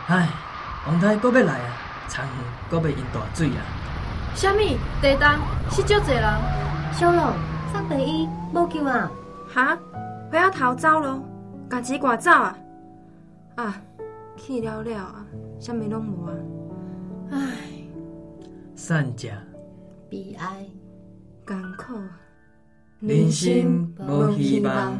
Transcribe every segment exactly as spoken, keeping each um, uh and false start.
唉，王太阁要来啊，田园阁要淹大水啊！ 啥物？地震死足侪人。 小龙，送第一无救啊！ 哈，回啊逃走咯，家己赶走啊！啊，去了了啊，啥物拢无啊！唉， 善者悲哀， 艰苦， 人生无希望。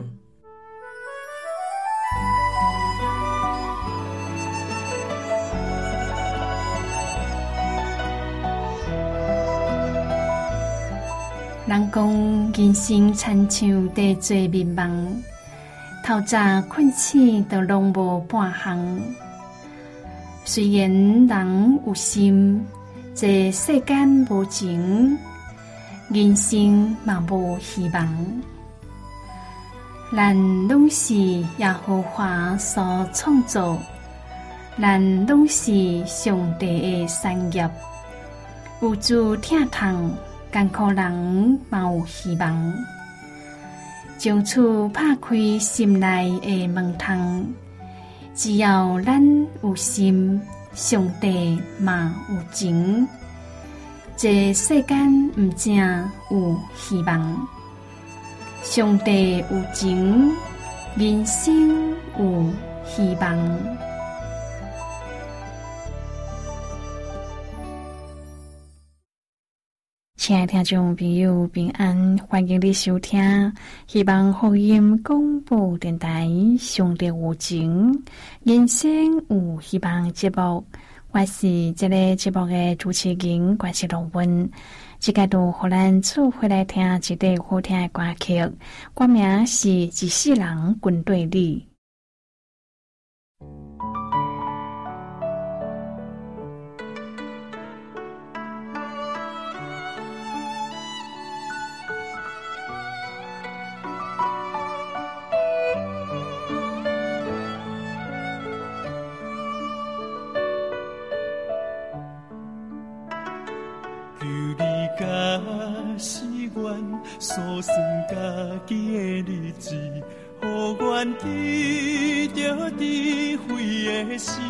人讲人生亲像地做迷茫，透早困醒都拢无半项。虽然人有心，这世间无情，人生嘛无希望。咱拢是耶和华所创造，咱拢是上帝的产业，有主疼痛。艰苦人嘛有希望，将厝拍开心内的门窗。只要咱有心，上帝嘛有情。这世间毋正有希望，上帝有情，人生有希望。亲爱的听众朋友平安，欢迎你收听希望福音广播电台上帝有情人生有希望节目，我是这个节目的主持人关系龙文。这个度互咱做回来听一首好听的歌曲，歌名是《一世人军队里》。 所算家己的日子，予阮记着智慧的心，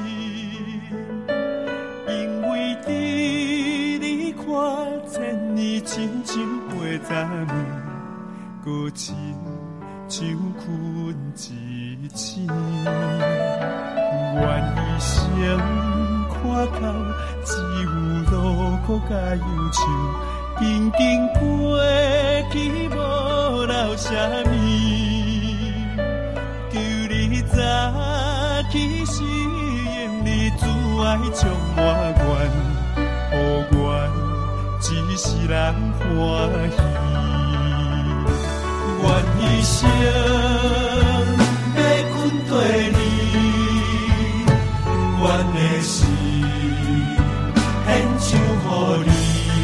因为伫你看千年亲像月昨暝，搁亲像困一醒，愿一生看到只有路苦甲忧愁。紧紧过去，无留啥物，求你早起适应你自爱充满愿，予阮一世人欢喜，愿一生要军队里，阮的心献上予你。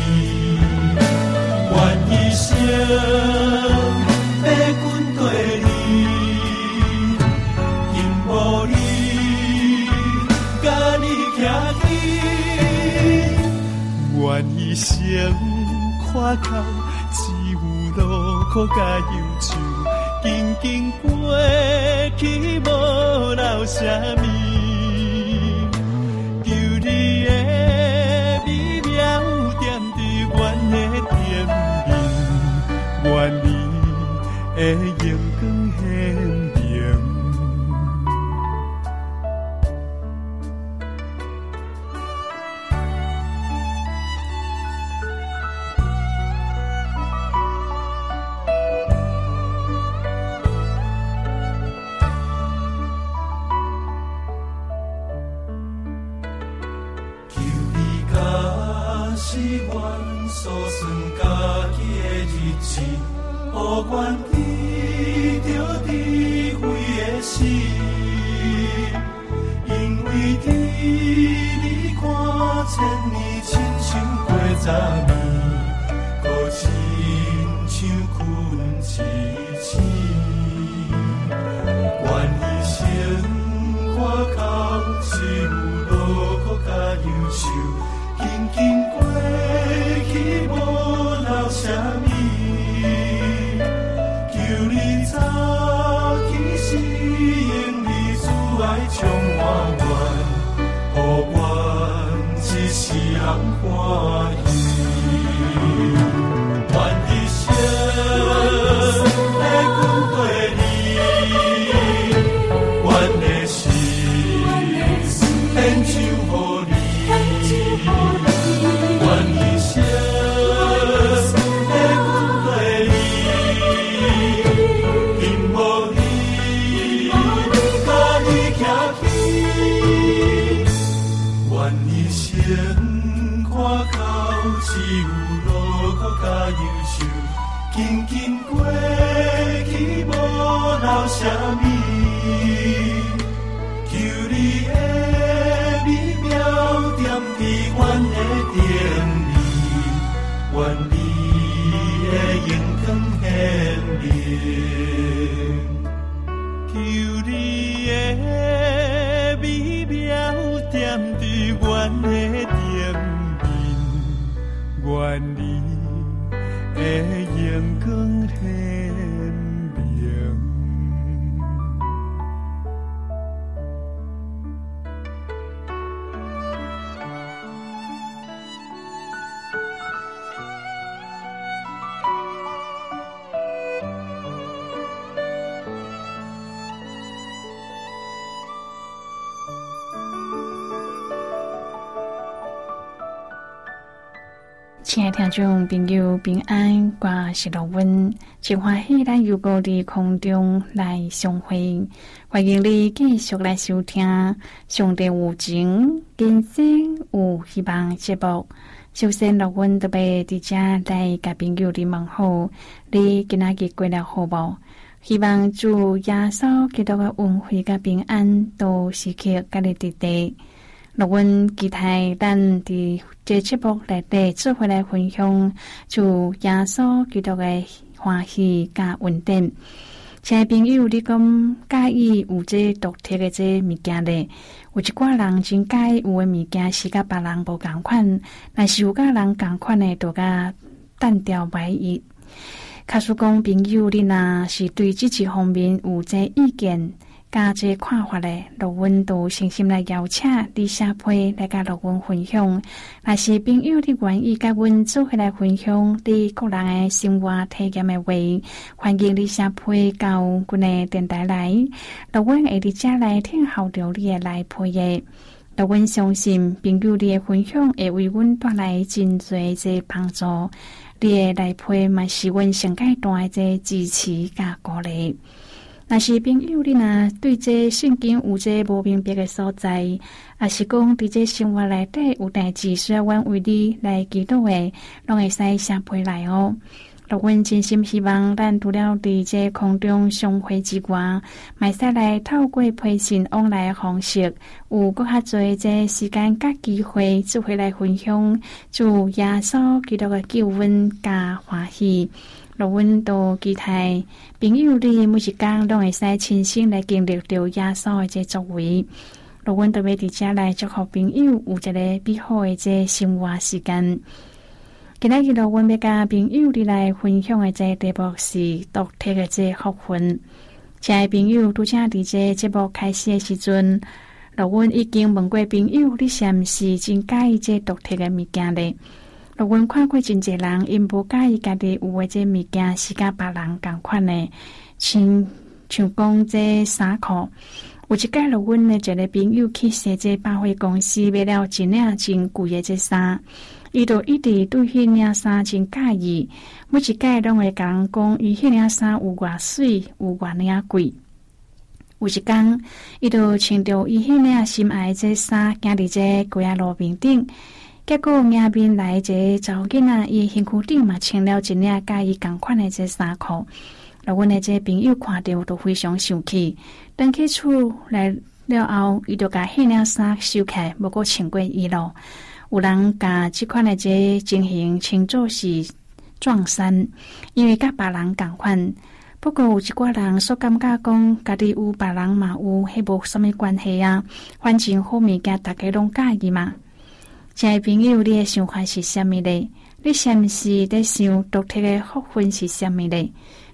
愿一生要军队里，因无你，甲你徛起。愿一生看到只有路苦甲忧愁，紧紧过去无留啥物，求你的美妙点伫阮的愿你的阳光显明，求你甲是阮所算家己的日子。予阮记着智慧的心，因为伫你看千年亲像过昨暝，搁亲像困一醒，愿一生看到只有路苦甲忧愁，紧紧过去无留啥物。求你早起适应你自爱充满愿，予我一世人欢喜。愿一生的跟对你，愿的心献上予你，愿一生的跟对你，因无你，甲你行去，愿一生看到只有路苦甲忧愁，紧紧过去无留啥物，求你的美妙点伫阮的点里，愿你的荣光显明，求你的美妙点伫阮的点面，愿你的阳光显明。 亲爱听众朋友平安，我是罗文，真欢喜咱又搁伫空中来相会，欢迎你继续来收听上帝有情人生有希望节目。首先罗文特别伫遮来甲朋友哋问候，你今仔日过了好无？希望主耶稣基督嘅恩惠甲平安都时刻甲你伫地。罗文期待咱伫这节目内底做伙来分享主耶稣基督嘅欢喜甲稳定。亲爱朋友，你讲介意有这独特嘅这物件咧？有一寡人真介意有诶物件是甲别人无共款，但是有甲人共款诶，就甲单调唯一。假使讲朋友，你若是对这一方面有这意见，加这看法咧，罗文都诚心来邀请你写批来甲罗文分享。若是朋友你愿意甲阮做伙来分享你个人诶生活体验诶话，欢迎你写批到阮诶电台来，罗文会伫遮来听候着你诶来批诶。罗文相信朋友你诶分享会为阮带来真侪这帮助，你诶来批嘛是阮上界大诶这支持甲鼓励。若是朋友你若对这圣经有这无明白的所在，也是讲伫这生活内底有代志需要阮为你来祈祷的，拢会使写批来哦。罗阮真心希望咱除了伫这空中相会之外，嘛使来透过批信往来的方式，有搁较侪这时间甲机会，做伙来分享主耶稣基督的救恩甲欢喜。罗阮都期待朋友你每一天拢会使亲身来经历到耶稣的这作为。罗阮都要伫遮来祝福朋友有一个美好的这生活时间。今仔日罗阮要甲朋友你来分享的这题目是独特的这福分。亲爱朋友，拄则伫这节目开始的时阵，罗阮已经问过朋友，你是毋是真介意这独特的物件咧？罗阮看过真侪人，因无介意家己有诶这物件是甲别人共款诶，像像讲这衫裤。有一届罗阮诶一个朋友去踅这百货公司买了一领真贵诶这衫，伊就一直对迄领衫真介意，每一届拢会甲人讲，伊迄领衫有偌水，有偌领贵。有一天，伊就穿着伊迄领心爱这衫，行伫这街仔路面顶。结果迎面来一个查某囡仔，伊身躯顶嘛穿了一领甲伊同款的这衫裤。罗阮的这朋友看到都非常生气，等去厝来了后，伊就甲迄领衫收起来，无搁穿过伊咯。有人甲这款的这情形称作是撞衫，因为甲别人同款。不过有一寡人所感觉讲，家己有别人嘛有，迄无什么关系啊。反正好物件大家拢介意嘛。亲爱朋友，你的想法是啥物咧？你是毋是在想独特的福分是啥物咧？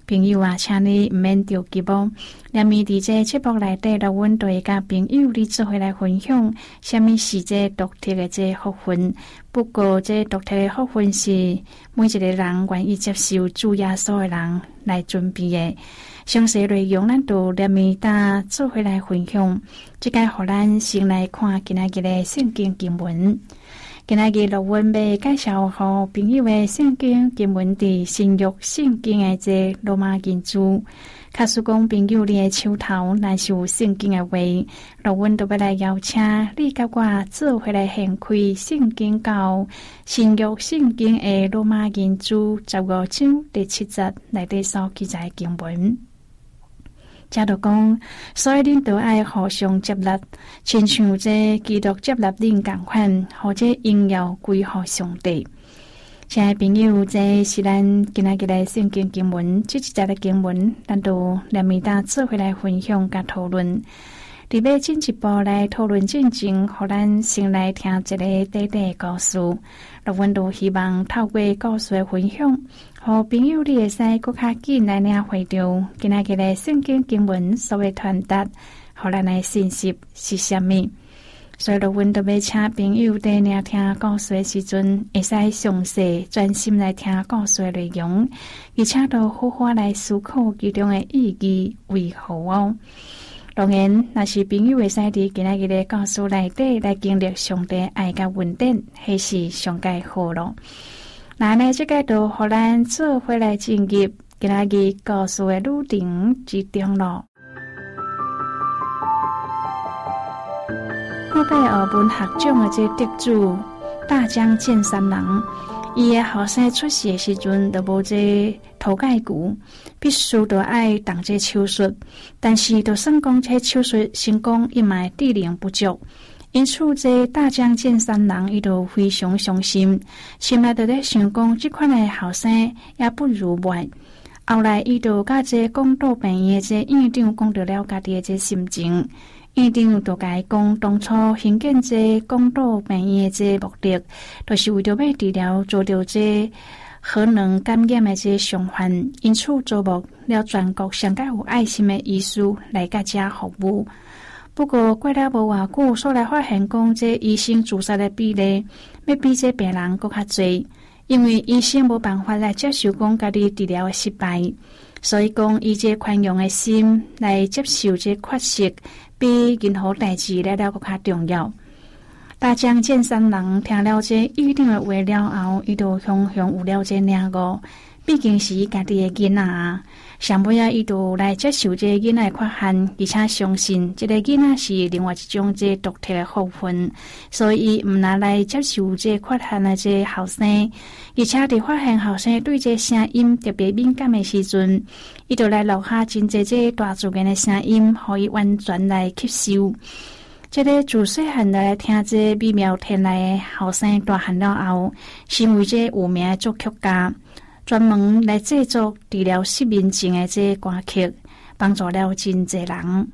朋友啊，请你唔免着急哦。连面伫这节目内底，เรา阮都会甲朋友你做回来分享，什么是这独特的这福分。不过这独特的福分是每一个人愿意接受主耶稣的人来准备的。详细内容咱都连面搭做回来分享。即个互咱先来看今仔日的圣经经文。今仔日เรา阮要介绍互朋友的圣经经文伫新约圣经的这罗马经书。假使讲朋友你的手头若是有圣经的话，เรา阮都要来邀请你甲我做回来掀开圣经到新约圣经的罗马经书十五章第七节内底所记载的经文。假如讲，所以恁都爱互相接纳，亲像这基督接纳恁共款，或者应要归互上帝。亲爱朋友，这是咱今仔日的圣经经文，这一节的经文，咱都连面搭做回来分享甲讨论。伫要进一步来讨论进前，互咱先来听一个短短的故事。เรา阮都希望透过故事的分享，互朋友你会使更较紧来领会到今仔日的圣经经文所谓传达，互咱的信息是啥物。所以เรา阮都要请朋友在领听故事的时阵，会使详细专心来听故事的内容，而且都好好来思考其中的意义为何哦。当然，若是朋友会使伫今仔日的故事内底来经历上帝爱甲恩典，迄是上介好咯。那呢，即个都互咱做回来进入今仔日故事的旅程之中咯。我被学文学奖的这得主大江健三郎，伊的后生出世的时阵，都无这头盖骨，必须都爱动这手术，但是就算讲这手术成功，伊嘛治疗不足。因此，这大江健三郎伊都非常伤心，心内就咧想讲，这款的后生也不如外。后来，伊就甲这广岛病院的这院长讲到了家己的这心情。院长就甲伊讲，当初兴建这广岛病院的这目的，就是为着要治疗做到这核能感染的这伤患，因此招募了全国上界有爱心的医师来甲遮服务。不过过了无偌久，所来发现讲，这医生自杀的比例要比这病人更较侪，因为医生无办法来接受讲家己治疗的失败，所以讲以这宽容的心来接受这缺失。比任何代志来了更较重要。大江健三郎听了这院长的话了后，伊就雄雄有了这领悟，毕竟是伊家己的囡仔啊。上尾啊，伊就来接受这囡仔的缺陷，而且相信这个囡仔是另外一种这独特的福分，所以伊毋拿来接受这缺陷的这后生，而且伫发现后生对这声音特别敏感的时阵，伊就来录下真侪这大自然的声音，互伊完全来吸收。这个自细汉来听这美妙天籁的后生大汉了后，成为这有名的作曲家，专门来制作治疗失眠症的这歌曲，帮助了真侪人。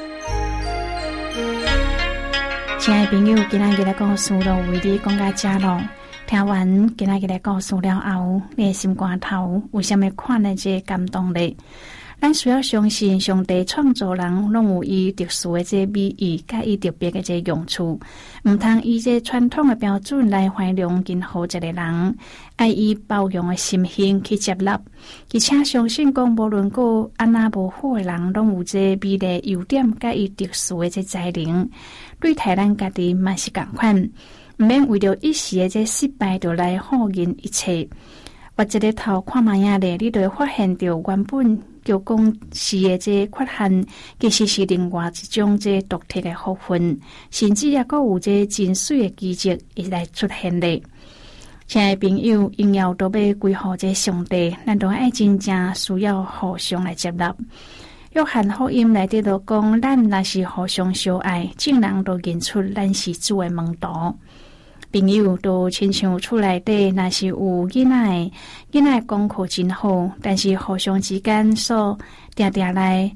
亲爱的朋友，今仔日的故事就为你讲到这咯。听完今仔日的故事了后，你的心肝头有啥物款的这感动力？咱需要相信上帝创造人拢有伊特殊的这美意，甲伊特别的这用处，毋通以这传统的标准来衡量任何一个人，爱以包容的心性去接纳，而且相信讲无论个安那无好的人，拢有这美丽优点，甲伊特殊的这才能，对待咱家己嘛是共款，毋免为了一时的这失败就来否认一切。我一日头看卖呀咧，你就会发现到原本叫讲是的这缺陷，其实是另外一种这独特的福分，甚至也阁有这真水的奇迹会来出现咧。亲爱的朋友，应要都要归乎这上帝，咱都爱真正需要互相来接纳。约翰福音内底就讲，咱若是互相相爱，众人都认出咱是主的门徒。朋友都亲像厝内底，若是有囡仔，囡仔功课真好，但是互相之间所定定来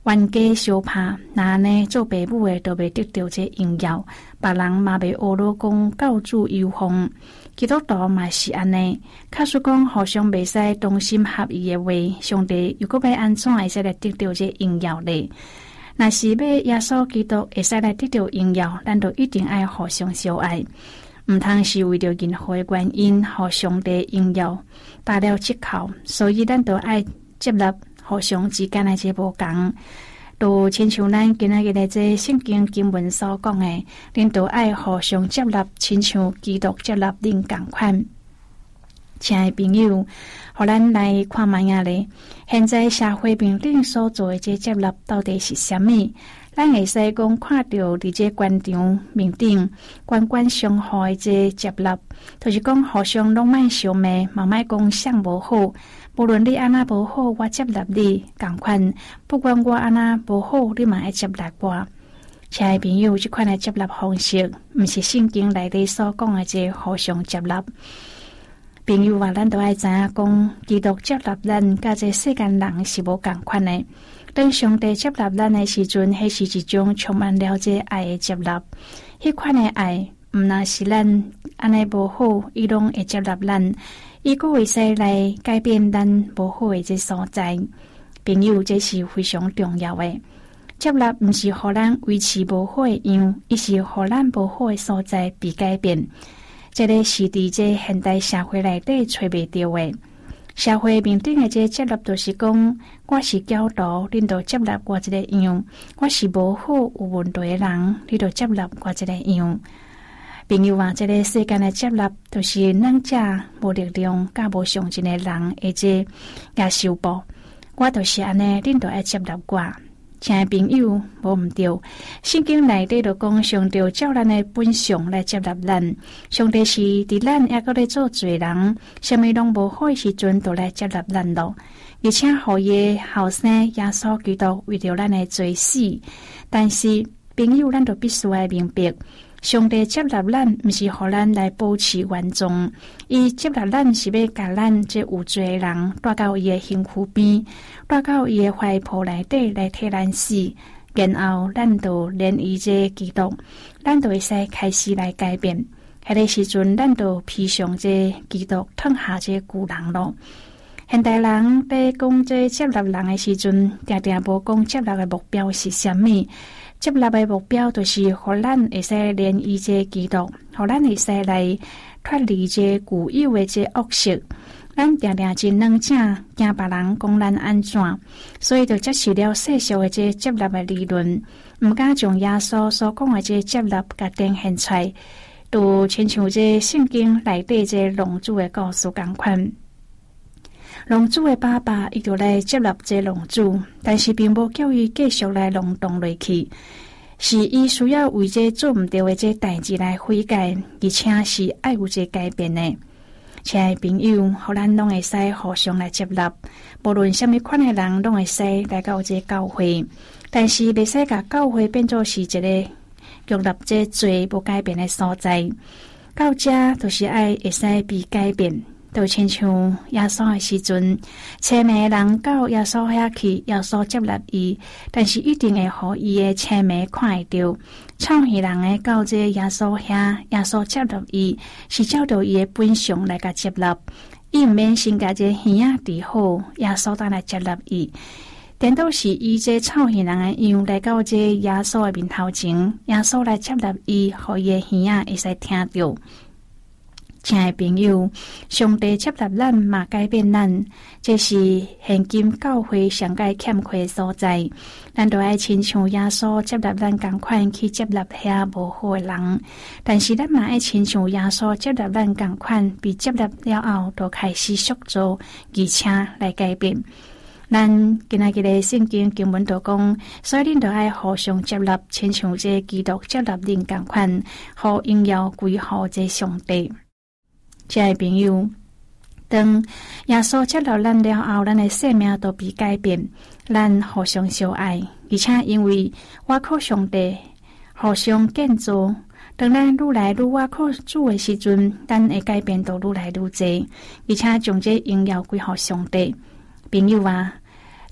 冤家相拍，那呢做爸母的都袂得到这荣耀，别人嘛袂学老公教主有风。基督徒嘛是安尼，假使讲互相袂使同心合意的话，上帝又搁要安怎会使来得到这荣耀呢？若是要耶稣基督会使来得到荣耀，咱就一定爱互相相爱，毋通是为着任何的原因，互上帝荣耀打了折扣，所以咱都爱接纳互相之间的这无共。都亲像咱今仔日的这圣经经文所讲的，恁都爱互相接纳，亲像基督接纳恁同款。亲爱的朋友，互咱来看卖啊咧，现在社会面顶所做的这接纳到底是啥物？咱会使讲看到伫这官场面顶官官相护的这接纳，就是讲互相拢莫相骂，嘛莫讲相无好。无论你安那无好，我接纳你，同款。不管我安那无好，你嘛爱接纳我。亲爱的朋友，这款的接纳方式，毋是圣经内底所讲的这互相接纳。朋友话，咱都爱知影讲，基督接纳咱，甲这世间人是无共款的。当上帝接纳咱的时阵，迄是一种充满了这爱的接纳。迄款的爱，毋那是咱安尼无好，伊拢会接纳咱。伊个会使来改变咱无好的这所在，朋友，这是非常重要的。接纳毋是互咱维持无好的样，伊是互咱无好的所在被改变。这个是伫这现代社会内底找袂到的。社会面顶的这接纳，就是讲，我是教徒，恁就接纳我这个样；我是无好有问题的人，你就接纳我这个样。朋友啊，这个世间的接纳，就是咱这无力量、甲无上进的人，或者也受报。我就是安尼，恁都爱接纳我。亲爱朋友，无毋对。圣经内底就讲，上帝照咱的本相来接纳咱。上帝是伫咱还搁咧做罪人，啥物拢无好的时阵，都来接纳咱咯。而且，互伊后生耶稣基督为着咱的罪死。但是，朋友，咱就必须爱明白。上帝接纳咱，毋是互咱来保持原状，伊接纳咱是要甲咱这有罪的人带到伊的幸福边，带到伊的怀抱内底来替咱死，然后咱就连伊这基督，咱就会使开始来改变。迄个时阵，咱就披上这基督，脱下这旧人咯。现代人在讲这接纳人的时阵，定定无讲接纳的目标是啥物。接纳的目标就是互咱会使连伊这基督，互咱会使来脱离这固有的这恶习。咱定定真软正，惊别人讲咱安怎，所以就接受了世俗的这接纳的理论，毋敢将耶稣所讲的这接纳甲展现出来，就亲像这圣经内底这龙主的故事共款。龙主的爸爸伊就来接纳这龙主，但是并无叫伊继续来浪动落去，是伊需要为这做毋对的这代志来悔改，而且是爱有这改变的。亲爱的朋友，互咱拢会使互相来接纳，无论什么款的人拢会使来到这教会，但是袂使甲教会变作是一个容纳这罪无改变的所在。到这就是爱会使被改变。就亲像耶稣的时阵，青梅人到耶稣遐去，耶稣接纳伊，但是一定会互伊的青梅看会到。臭耳人的到这耶稣遐，耶稣接纳伊，是照着伊的本相来甲接纳。伊毋免先甲这耳仔治好，耶稣当来接纳伊。颠倒是伊这臭耳人的样来到这耶稣的面头前，耶稣来接纳伊，互伊的耳仔会使听到。亲爱的朋友，上帝接纳咱嘛改变咱，这是现今教会上界欠缺的所在。咱都爱亲像耶稣接纳咱同款去接纳遐无好的人，但是咱嘛爱亲像耶稣接纳咱同款，被接纳了后，就开始塑造，而且来改变。咱今仔日的圣经经文就讲，所以恁都爱互相接纳，亲像这基督接纳恁同款，互荣耀归乎这上帝。亲爱的朋友，当耶稣接纳咱了后，咱的生命都被改变，咱互相相爱，而且因为我靠上帝互相建造，当咱愈来愈我靠主的时阵，咱会改变都愈来愈多，而且将这荣耀归乎上帝。朋友啊，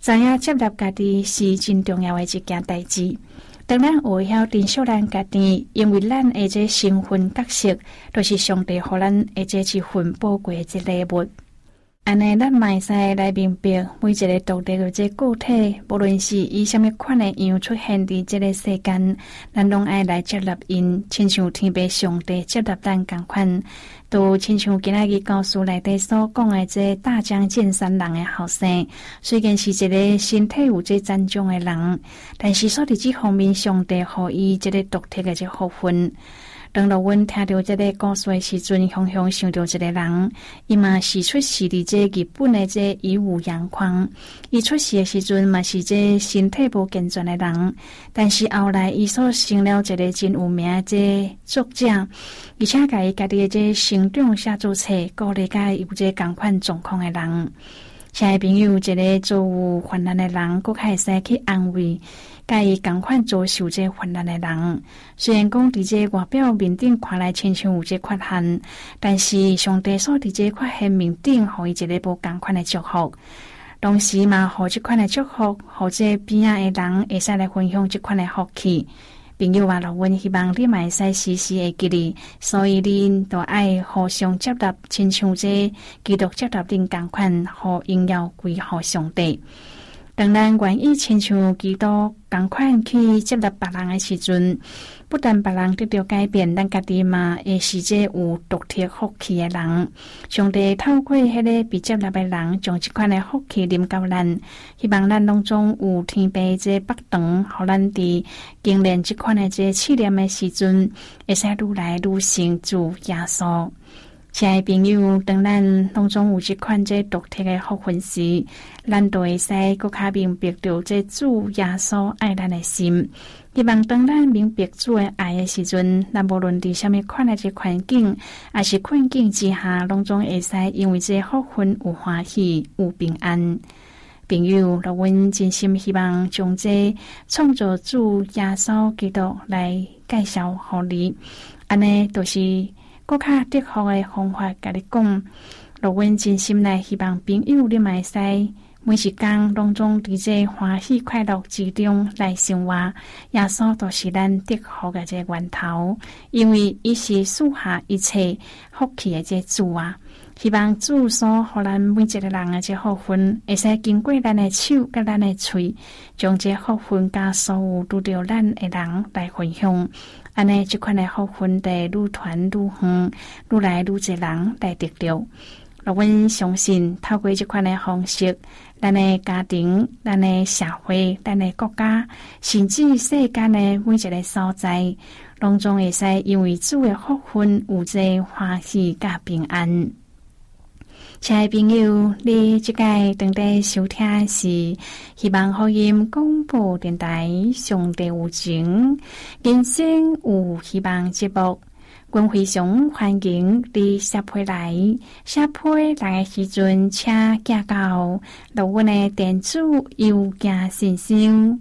知影接纳家己是真重要的一件代志。当咱学晓珍惜咱家己，因为咱的这身份角色，都是上帝予咱的这一份宝贵的礼物。安尼，咱嘛会使来明白每一个独特的这个体，无论是以什么款的样出现伫这个世间，咱拢爱来接纳因，亲像天父上帝接纳咱同款。都亲像今仔日故事内底所讲的这大江健三人的后生，虽然是一个身体有这残障的人，但是所伫这方面，上帝予伊这个独特的这福分。当落阮听到这个故事的时阵，常常想到一个人，伊嘛是出世伫这日本的这乙武洋匡。伊出世的时阵嘛是这身体无健全的人，但是后来伊所成了一个真有名的这作者，而且甲伊家己的这成长写作册，鼓励甲有这同款状况的人。亲爱朋友，一个做有患难的人，佫较会使去安慰甲伊同款遭受这患难的人。虽然讲伫这外表面顶看来亲像有这缺陷，但是上帝所伫这缺陷面顶，互伊一个无同款的祝福。同时嘛，互这款的祝福，互这边仔的人会使来分享这款的福气。朋友话，阮希望你嘛会使时时会记哩，所以恁都爱互相接纳，亲像这基督接纳恁同款，互荣耀归互上帝。当咱愿意亲像基督同款去接纳别人的时阵，不但别人得到改变，咱家己嘛会是这有独特福气的人。上帝透过迄个被接纳的人，将这款的福气临到咱，希望咱当中有天父这北长，互咱伫经历这款的这试炼的时阵，会使愈来愈成主耶稣。亲爱朋友，当咱当中有这款这独特的福分时，咱都会使更加明白到这主耶稣爱咱的心。希望当咱明白主的爱的时阵，咱无论伫什么款的这环境，还是困境之下，拢总会使因为这福分有欢喜，有平安。朋友，若阮真心希望将这创造主耶稣基督来介绍互你，安尼都是更较得福的方法，甲你讲。若阮真心来希望朋友你嘛会使每一天拢总伫这欢喜快乐之中来生活。耶稣都是咱得福的这源头，因为伊是赐下一切福气的这主啊。希望主所予咱每一个人的这福分，会使经过咱的手甲咱的嘴，将这福分甲所有拄着咱的人来分享。安尼这款的福分得愈传愈远，愈来愈侪人来得着。若阮相信，透过这款的方式，咱的家庭、咱的社会、咱的国家，甚至世间的每一个所在，拢总会使因为主的福分有这欢喜甲平安。亲爱朋友，你即届当地收听是希望福音广播电台上帝有情人生有希望节目，阮非常欢迎你写批来，写批来的时阵，请寄到落阮的电子邮件信箱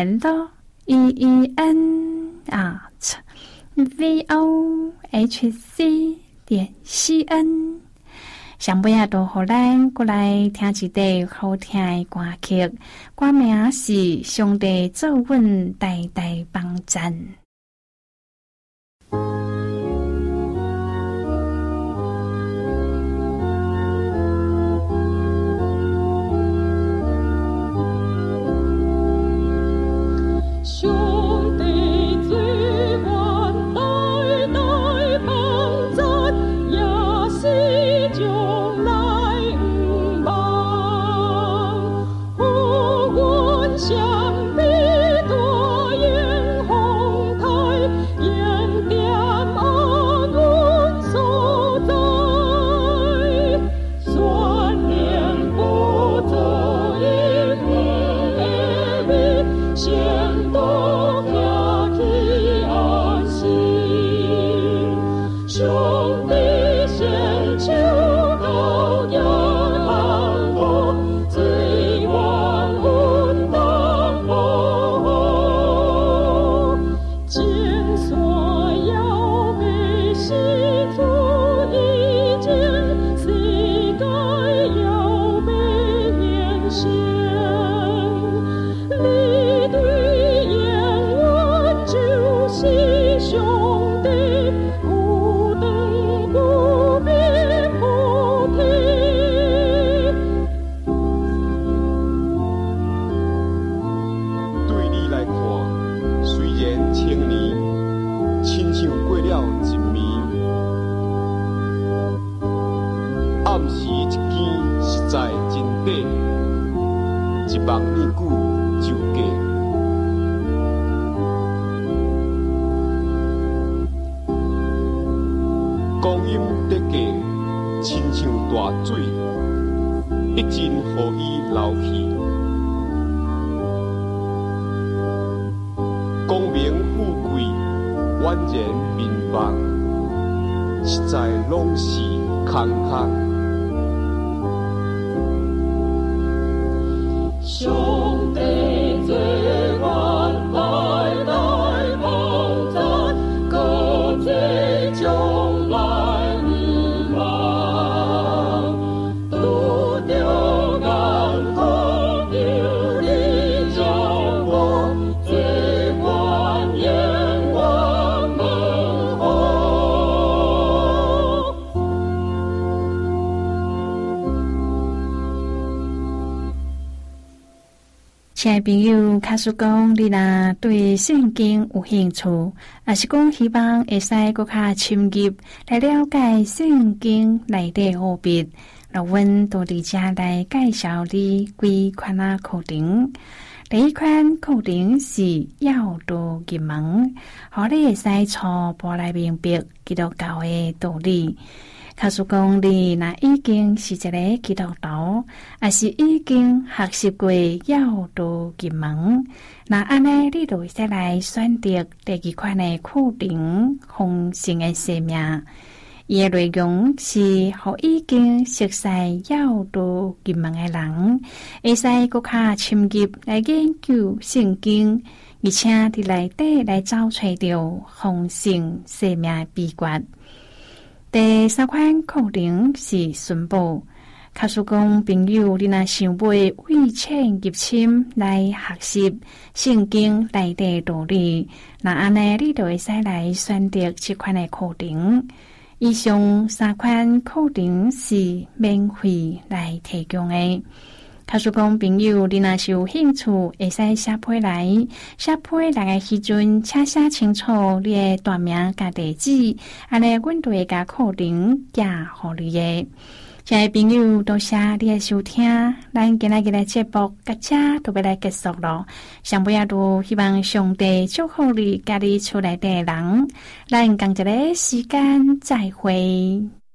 l e e n at v o h c 点 c n。上尾啊，都互咱过来听一段好听的歌曲，歌名是《上帝做阮代代帮赞》。 相比多英雄。 了一暝，暗时一见实在真短，一梦变久就假。光阴得过，亲像大水，一阵予伊流去。功名富贵，宛然面目，实在拢是空空。 上帝做阮代代同在，各这将来日望，拄着艰苦着你照顾，做阮永远问候。 亲爱朋友，假使讲你若对圣经有兴趣，也是讲希望会使搁较深入来了解圣经内底奥秘，那阮都伫遮来介绍你几款啊课程。第一款课程是要道入门，互你会使初步来明白基督教的道理。假使讲你若已经是一个基督徒，也是已经学习过要道入门，那安尼你就会使来选择第二款的课程丰盛的生命。伊的内容是互已经熟悉要道入门的人，会使搁较深入来研究圣经，而且伫内底来找找到丰盛生命的秘诀。第三款课程是顺报，假使讲朋友你若想买为浅入深来学习圣经内底道理，那安尼你就会使来选择这款的课程。以上三款课程是免费来提供的。假使讲朋友你若是有兴趣，会使写批来，写批来的时阵，请写清楚你的大名甲地址，安尼阮就会甲课程寄互你的。亲爱朋友，多谢你的收听，咱今仔日的节目到这就要来结束咯。上尾仔都希望上帝祝福你，甲你厝内的人，咱同一个时间再会。